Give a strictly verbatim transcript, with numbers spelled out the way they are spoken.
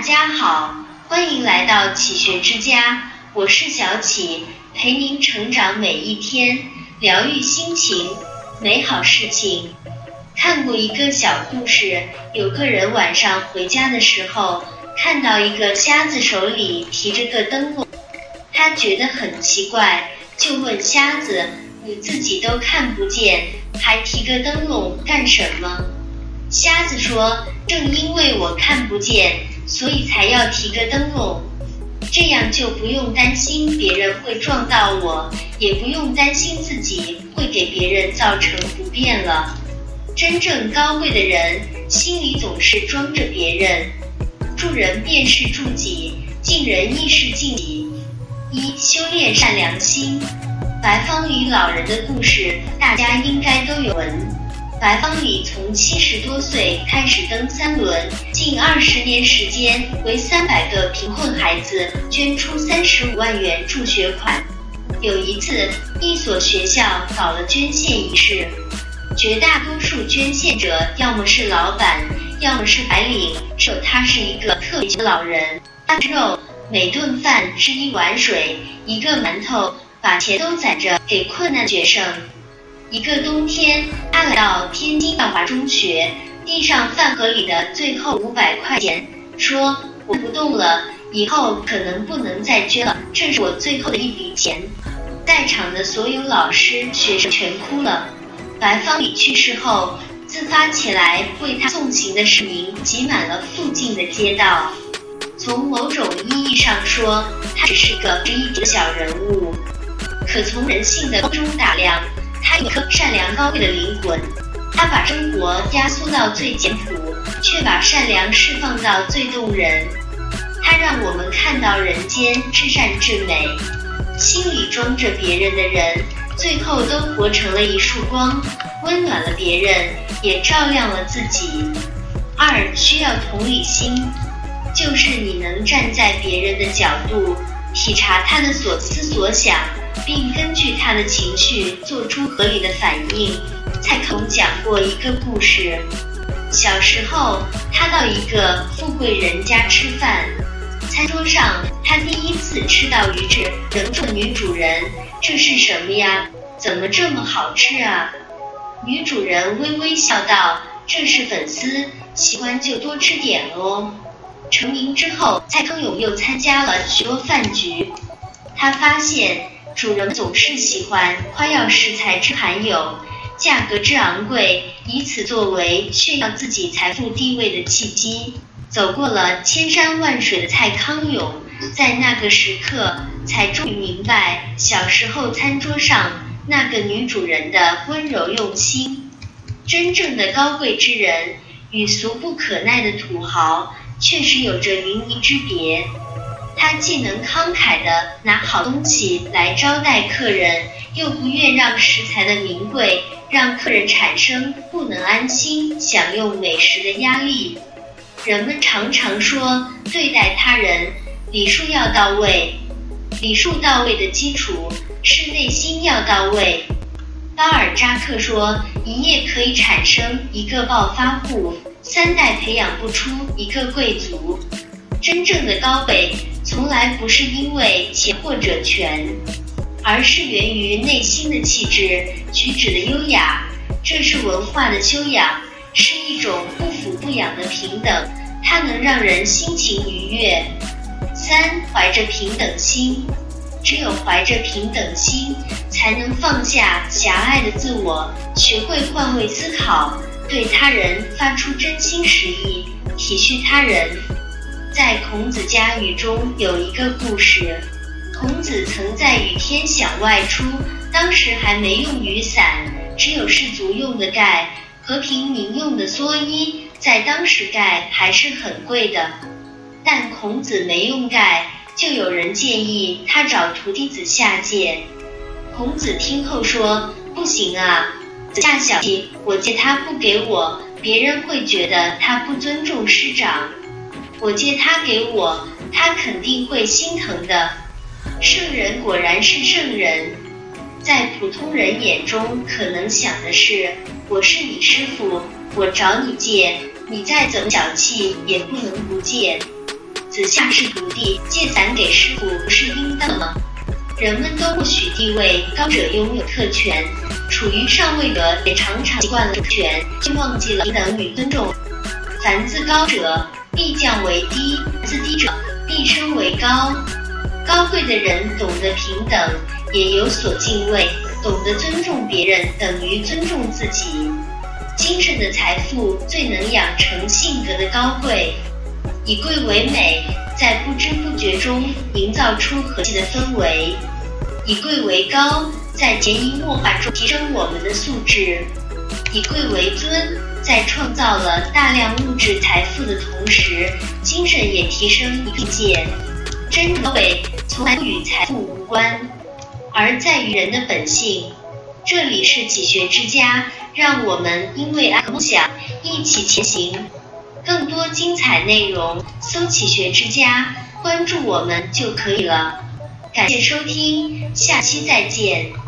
家好，欢迎来到启学之家，我是小启，陪您成长每一天，疗愈心情，美好事情。看过一个小故事，有个人晚上回家的时候，看到一个瞎子手里提着个灯笼，他觉得很奇怪，就问瞎子，你自己都看不见，还提个灯笼干什么？瞎子说，正因为我看不见，所以才要提个灯笼，这样就不用担心别人会撞到我，也不用担心自己会给别人造成不便了。真正高贵的人，心里总是装着别人。助人便是助己，敬人亦是敬己。一、修炼善良心。白方礼老人的故事，大家应该都有闻。白方礼从七十多岁开始蹬三轮，近二十年时间，为三百个贫困孩子捐出三十五万元助学款。有一次，一所学校搞了捐献仪式，绝大多数捐献者要么是老板，要么是白领，只有他是一个特别的老人。他吃肉，每顿饭是一碗水，一个馒头，把钱都攒着给困难学生。一个冬天，他来到天津耀华中学，递上饭盒里的最后五百块钱，说：“我不动了，以后可能不能再捐了，这是我最后的一笔钱。”在场的所有老师、学生全哭了。白方礼去世后，自发起来为他送行的市民挤满了附近的街道。从某种意义上说，他只是个值一提的小人物，可从人性的中打量，他有颗善良高贵的灵魂。他把生活压缩到最简朴，却把善良释放到最动人。他让我们看到人间至善至美，心里装着别人的人，最后都活成了一束光，温暖了别人，也照亮了自己。二、需要同理心，就是你能站在别人的角度，体察他的所思所想，并根据他的情绪做出合理的反应。蔡康永讲过一个故事，小时候他到一个富贵人家吃饭，餐桌上他第一次吃到鱼翅，忍不住女主人，这是什么呀？怎么这么好吃啊？女主人微微笑道，这是粉丝，喜欢就多吃点哦。成名之后，蔡康永又参加了许多饭局，他发现主人总是喜欢夸耀食材之罕有，价格之昂贵，以此作为炫耀自己财富地位的契机。走过了千山万水的蔡康永，在那个时刻才终于明白小时候餐桌上那个女主人的温柔用心。真正的高贵之人与俗不可耐的土豪确实有着云泥之别。他既能慷慨地拿好东西来招待客人，又不愿让食材的名贵让客人产生不能安心享用美食的压力。人们常常说，对待他人礼数要到位，礼数到位的基础是内心要到位。巴尔扎克说，一夜可以产生一个暴发户，三代培养不出一个贵族。真正的高贵从来不是因为钱或者权，而是源于内心的气质，举止的优雅。这是文化的修养，是一种不腐不养的平等，它能让人心情愉悦。三、怀着平等心。只有怀着平等心，才能放下狭隘的自我，学会换位思考，对他人发出真心实意，体恤他人。在孔子家语中有一个故事，孔子曾在雨天想外出，当时还没用雨伞，只有士族用的盖和平民用的蓑衣，在当时盖还是很贵的。但孔子没用盖，就有人建议他找徒弟子下借。孔子听后说，不行啊，子夏小气，我借他不给我，别人会觉得他不尊重师长。我借他给我，他肯定会心疼的。圣人果然是圣人，在普通人眼中可能想的是，我是你师傅，我找你借，你再怎么小气也不能不借。 子下士徒弟，借伞给师傅不是应当的吗？人们都默许地位高者拥有特权，处于上位者也常常习惯了特权，却忘记了平等与尊重。凡自高者必降为低，自低者必升为高。高贵的人懂得平等，也有所敬畏，懂得尊重别人等于尊重自己。精神的财富最能养成性格的高贵。以贵为美，在不知不觉中营造出和谐的氛围；以贵为高，在潜移默化中提升我们的素质；以贵为尊，在创造了大量物质财富的同时，精神也提升一境界。真正的贵从来不与财富无关，而在于人的本性。这里是启学之家，让我们因为爱和梦想一起前行。更多精彩内容，搜启学之家，关注我们就可以了。感谢收听，下期再见。